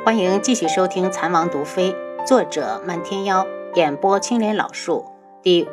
欢迎继续收听《残王毒妃》，作者漫天妖，演播青莲老树，第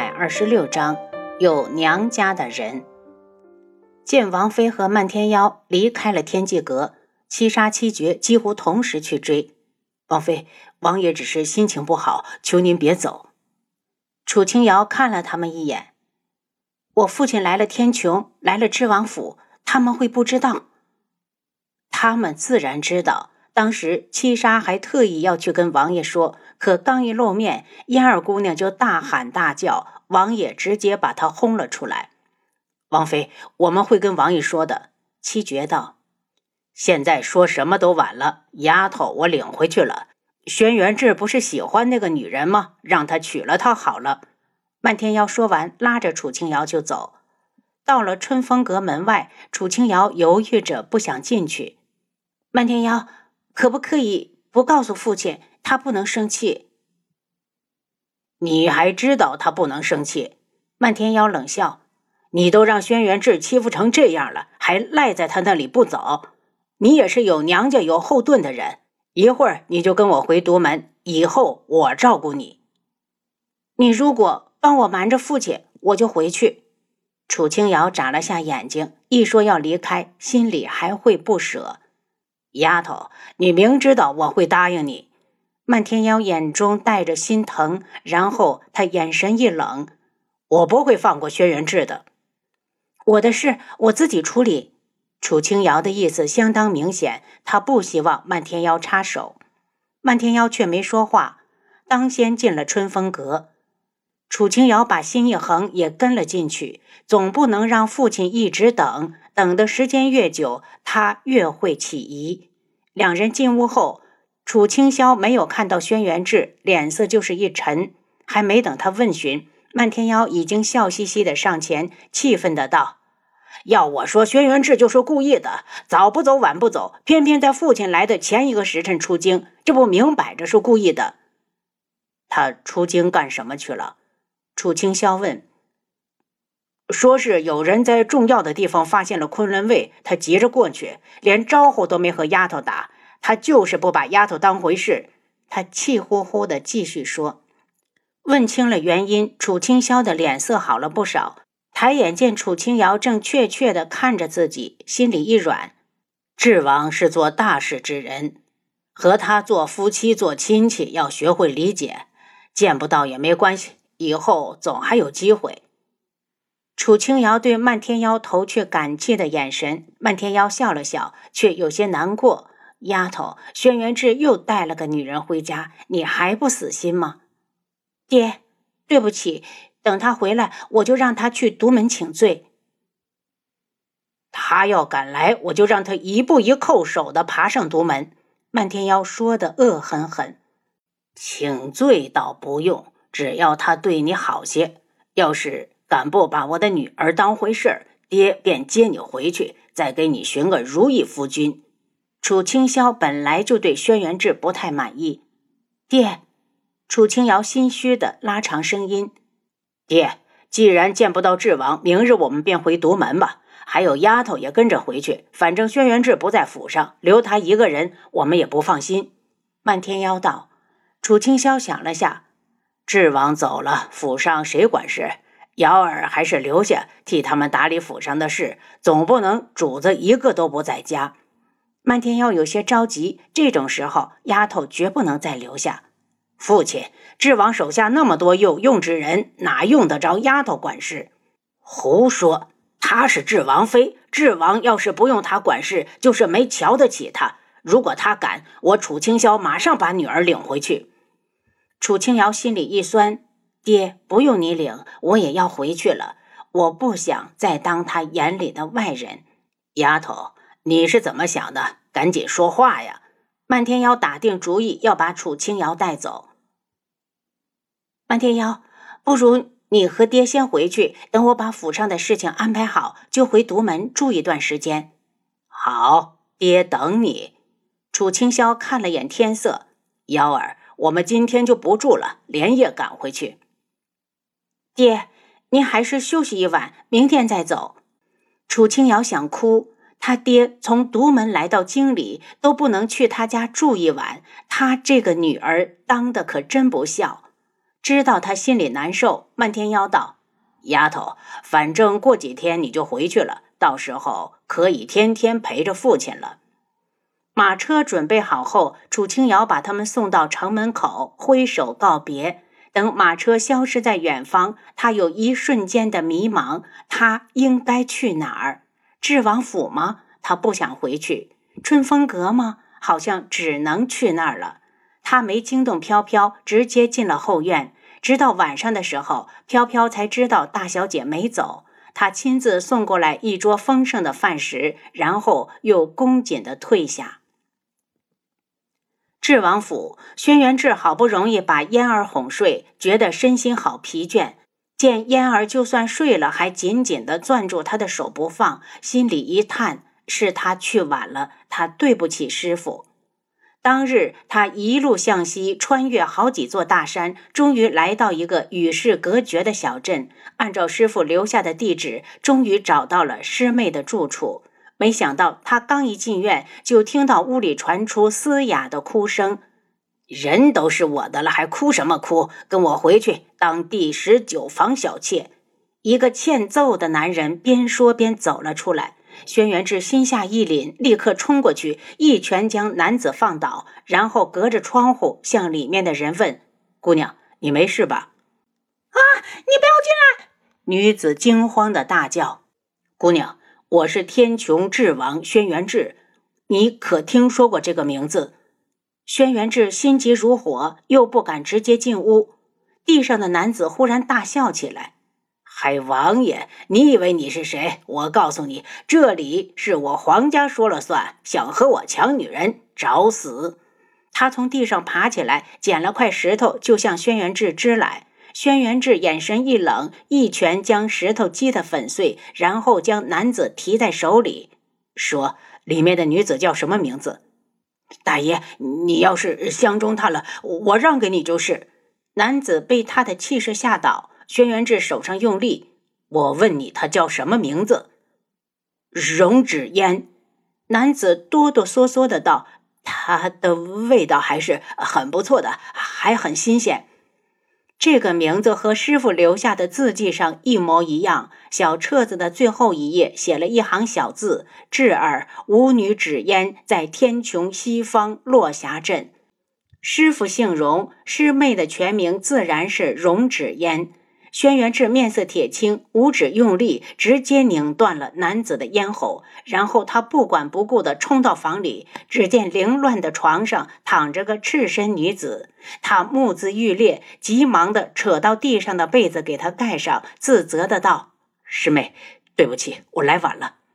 526章，有娘家的人。见王妃和漫天妖离开了天际阁，七杀七绝几乎同时去追。王妃，王爷只是心情不好，求您别走。楚清瑶看了他们一眼，我父亲来了天穹，来了知王府，他们会不知道？他们自然知道。当时七杀还特意要去跟王爷说，可刚一露面，燕儿姑娘就大喊大叫，王爷直接把她轰了出来。王妃，我们会跟王爷说的。七绝道，现在说什么都晚了，丫头我领回去了。轩辕志不是喜欢那个女人吗？让他娶了她好了。漫天妖说完，拉着楚清瑶就走。到了春风阁门外，楚清瑶犹豫着不想进去。漫天妖，可不可以不告诉父亲，他不能生气？你还知道他不能生气？漫天妖冷笑，你都让轩辕志欺负成这样了，还赖在他那里不走？你也是有娘家有后盾的人，一会儿你就跟我回独门，以后我照顾你。你如果帮我瞒着父亲，我就回去。楚清瑶眨了下眼睛，一说要离开，心里还会不舍。丫头，你明知道我会答应你。漫天妖眼中带着心疼，然后他眼神一冷，我不会放过轩辕志的。我的事我自己处理。楚清瑶的意思相当明显，他不希望漫天妖插手。漫天妖却没说话，当先进了春风阁。楚清瑶把心一横，也跟了进去，总不能让父亲一直等，等的时间越久，他越会起疑。两人进屋后，楚清霄没有看到轩辕志，脸色就是一沉。还没等他问询，漫天妖已经笑嘻嘻的上前，气愤的道，要我说，轩辕志就是故意的，早不走晚不走，偏偏在父亲来的前一个时辰出京，这不明摆着是故意的。他出京干什么去了？楚清霄问。说是有人在重要的地方发现了昆仑卫，他急着过去，连招呼都没和丫头打，他就是不把丫头当回事。他气呼呼地继续说。问清了原因，楚清霄的脸色好了不少，抬眼见楚清瑶正确确地看着自己，心里一软。智王是做大事之人，和他做夫妻做亲戚要学会理解，见不到也没关系，以后总还有机会。楚清瑶对漫天妖投去感激的眼神，漫天妖笑了笑，却有些难过。丫头，轩辕志又带了个女人回家，你还不死心吗？爹，对不起，等他回来，我就让他去独门请罪。他要敢来，我就让他一步一叩首的爬上独门。漫天妖说的恶狠狠。请罪倒不用，只要他对你好些，要是敢不把我的女儿当回事儿，爹便接你回去，再给你寻个如意夫君。楚清霄本来就对轩辕志不太满意。爹，楚清瑶心虚的拉长声音，爹，既然见不到智王，明日我们便回独门吧，还有丫头也跟着回去，反正轩辕志不在府上，留他一个人我们也不放心。漫天妖道。楚清霄想了下，智王走了，府上谁管事？瑶儿还是留下替他们打理府上的事，总不能主子一个都不在家。漫天妖有些着急，这种时候丫头绝不能再留下。父亲，智王手下那么多有用之人，哪用得着丫头管事？胡说，她是智王妃，智王要是不用她管事，就是没瞧得起她。如果她敢，我楚清霄马上把女儿领回去。楚清瑶心里一酸，爹，不用你领，我也要回去了，我不想再当他眼里的外人。丫头，你是怎么想的？赶紧说话呀！漫天妖打定主意要把楚清瑶带走。漫天妖，不如你和爹先回去，等我把府上的事情安排好，就回独门住一段时间。好，爹等你。楚清霄看了眼天色，瑶儿，我们今天就不住了，连夜赶回去。爹，您还是休息一晚，明天再走。楚清瑶想哭， 他爹从独门来到京里，都不能去他家住一晚，他这个女儿当的可真不孝。知道他心里难受，漫天妖道：丫头，反正过几天你就回去了，到时候可以天天陪着父亲了。马车准备好后，楚清瑶把他们送到城门口，挥手告别。等马车消失在远方，他有一瞬间的迷茫，他应该去哪儿？智王府吗？他不想回去。春风阁吗？好像只能去那儿了。他没惊动飘飘，直接进了后院。直到晚上的时候，飘飘才知道大小姐没走。他亲自送过来一桌丰盛的饭食，然后又恭谨地退下。智王府，轩辕志好不容易把嫣儿哄睡，觉得身心好疲倦。见嫣儿就算睡了，还紧紧地攥住他的手不放，心里一叹，是他去晚了，他对不起师傅。当日他一路向西，穿越好几座大山，终于来到一个与世隔绝的小镇。按照师傅留下的地址，终于找到了师妹的住处。没想到他刚一进院，就听到屋里传出嘶哑的哭声。人都是我的了，还哭什么哭？跟我回去当第19房小妾。一个欠揍的男人边说边走了出来。轩辕志心下一凛，立刻冲过去，一拳将男子放倒，然后隔着窗户向里面的人问：姑娘，你没事吧？啊，你不要进来！女子惊慌地大叫。姑娘，我是天穹智王轩辕志，你可听说过这个名字？轩辕志心急如火，又不敢直接进屋。地上的男子忽然大笑起来：海王爷，你以为你是谁？我告诉你，这里是我皇家说了算，想和我抢女人，找死！他从地上爬起来，捡了块石头就向轩辕志支来。轩辕志眼神一冷，一拳将石头击得粉碎，然后将男子提在手里，说：里面的女子叫什么名字？大爷，你要是相中她了，我让给你就是。男子被他的气势吓倒，轩辕志手上用力：我问你，她叫什么名字？容止烟。男子哆哆嗦嗦的道：它的味道还是很不错的，还很新鲜。这个名字和师傅留下的字迹上一模一样，小册子的最后一页写了一行小字：智儿，舞女芷烟，在天穹西方落霞镇。师傅姓容，师妹的全名自然是容芷烟。轩辕志面色铁青，五指用力，直接拧断了男子的咽喉，然后他不管不顾地冲到房里，只见凌乱的床上躺着个赤身女子，他目眦欲裂，急忙地扯到地上的被子给她盖上，自责地道：师妹，对不起，我来晚了。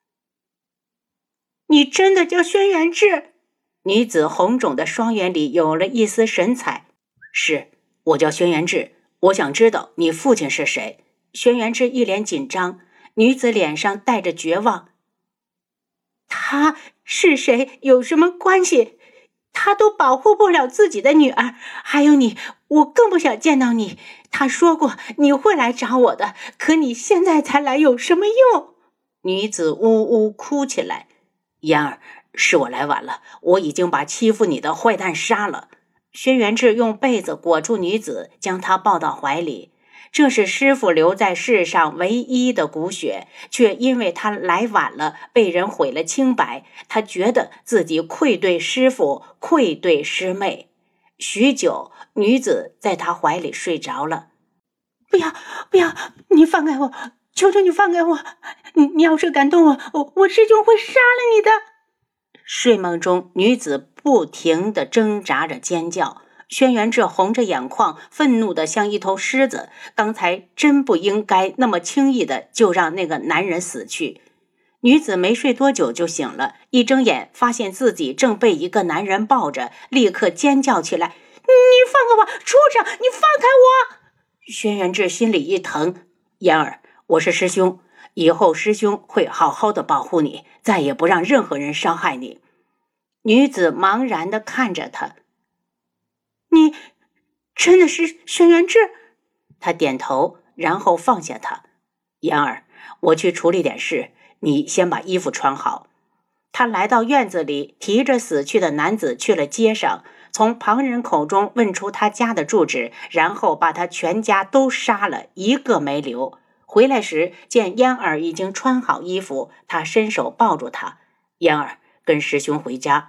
你真的叫轩辕志？女子红肿的双眼里有了一丝神采。是，我叫轩辕志，我想知道你父亲是谁。轩辕志一脸紧张，女子脸上带着绝望。他是谁？有什么关系？他都保护不了自己的女儿，还有你，我更不想见到你。他说过你会来找我的，可你现在才来有什么用？女子呜呜哭起来。嫣儿，是我来晚了，我已经把欺负你的坏蛋杀了。轩辕志用被子裹住女子，将她抱到怀里。这是师父留在世上唯一的骨血，却因为他来晚了，被人毁了清白。他觉得自己愧对师父，愧对师妹。许久，女子在他怀里睡着了。不要，不要，你放开我，求求你放开我！你要是敢动我师兄会杀了你的。睡梦中，女子不停地挣扎着尖叫。轩辕志红着眼眶，愤怒地像一头狮子，刚才真不应该那么轻易的就让那个男人死去。女子没睡多久就醒了，一睁眼发现自己正被一个男人抱着，立刻尖叫起来：你放开我，畜生，你放开我！轩辕志心里一疼，嫣儿，我是师兄，以后师兄会好好的保护你，再也不让任何人伤害你。女子茫然地看着他。你真的是轩辕志？他点头，然后放下他。嫣儿，我去处理点事， 你先把衣服穿好。他来到院子里，提着死去的男子去了街上，从旁人口中问出他家的住址，然后把他全家都杀了，一个没留。回来时见嫣儿已经穿好衣服，他伸手抱住她，嫣儿，跟师兄回家。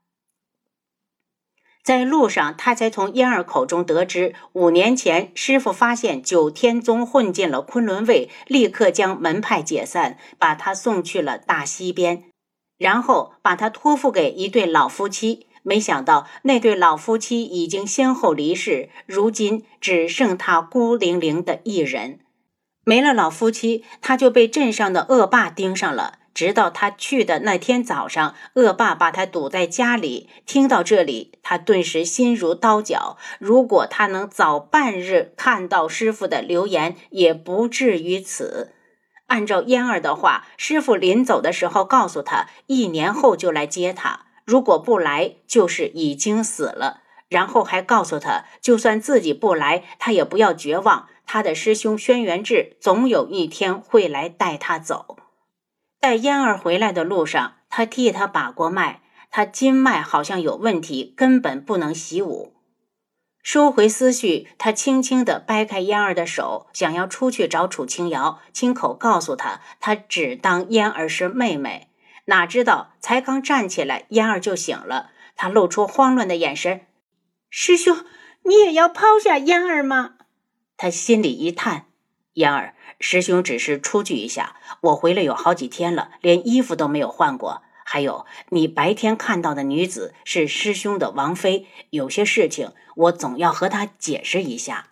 在路上，他才从嫣儿口中得知，5年前师父发现九天宗混进了昆仑卫，立刻将门派解散，把他送去了大西边，然后把他托付给一对老夫妻。没想到那对老夫妻已经先后离世，如今只剩他孤零零的一人。没了老夫妻，他就被镇上的恶霸盯上了。直到他去的那天早上，恶霸把他堵在家里。听到这里，他顿时心如刀绞。如果他能早半日看到师父的留言，也不至于此。按照嫣儿的话，师父临走的时候告诉他，1年后就来接他，如果不来，就是已经死了。然后还告诉他，就算自己不来，他也不要绝望，他的师兄轩辕志总有一天会来带他走。带嫣儿回来的路上，他替他把过脉，他筋脉好像有问题，根本不能习武。收回思绪，他轻轻地掰开嫣儿的手，想要出去找楚清瑶，亲口告诉他，他只当嫣儿是妹妹。哪知道才刚站起来，嫣儿就醒了，他露出慌乱的眼神，师兄，你也要抛下嫣儿吗？他心里一叹，嫣儿，师兄只是出去一下，我回来有好几天了，连衣服都没有换过。还有，你白天看到的女子是师兄的王妃，有些事情我总要和她解释一下。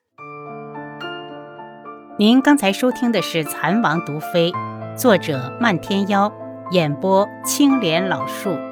您刚才收听的是《蚕王毒妃》，作者漫天妖，演播青莲老树。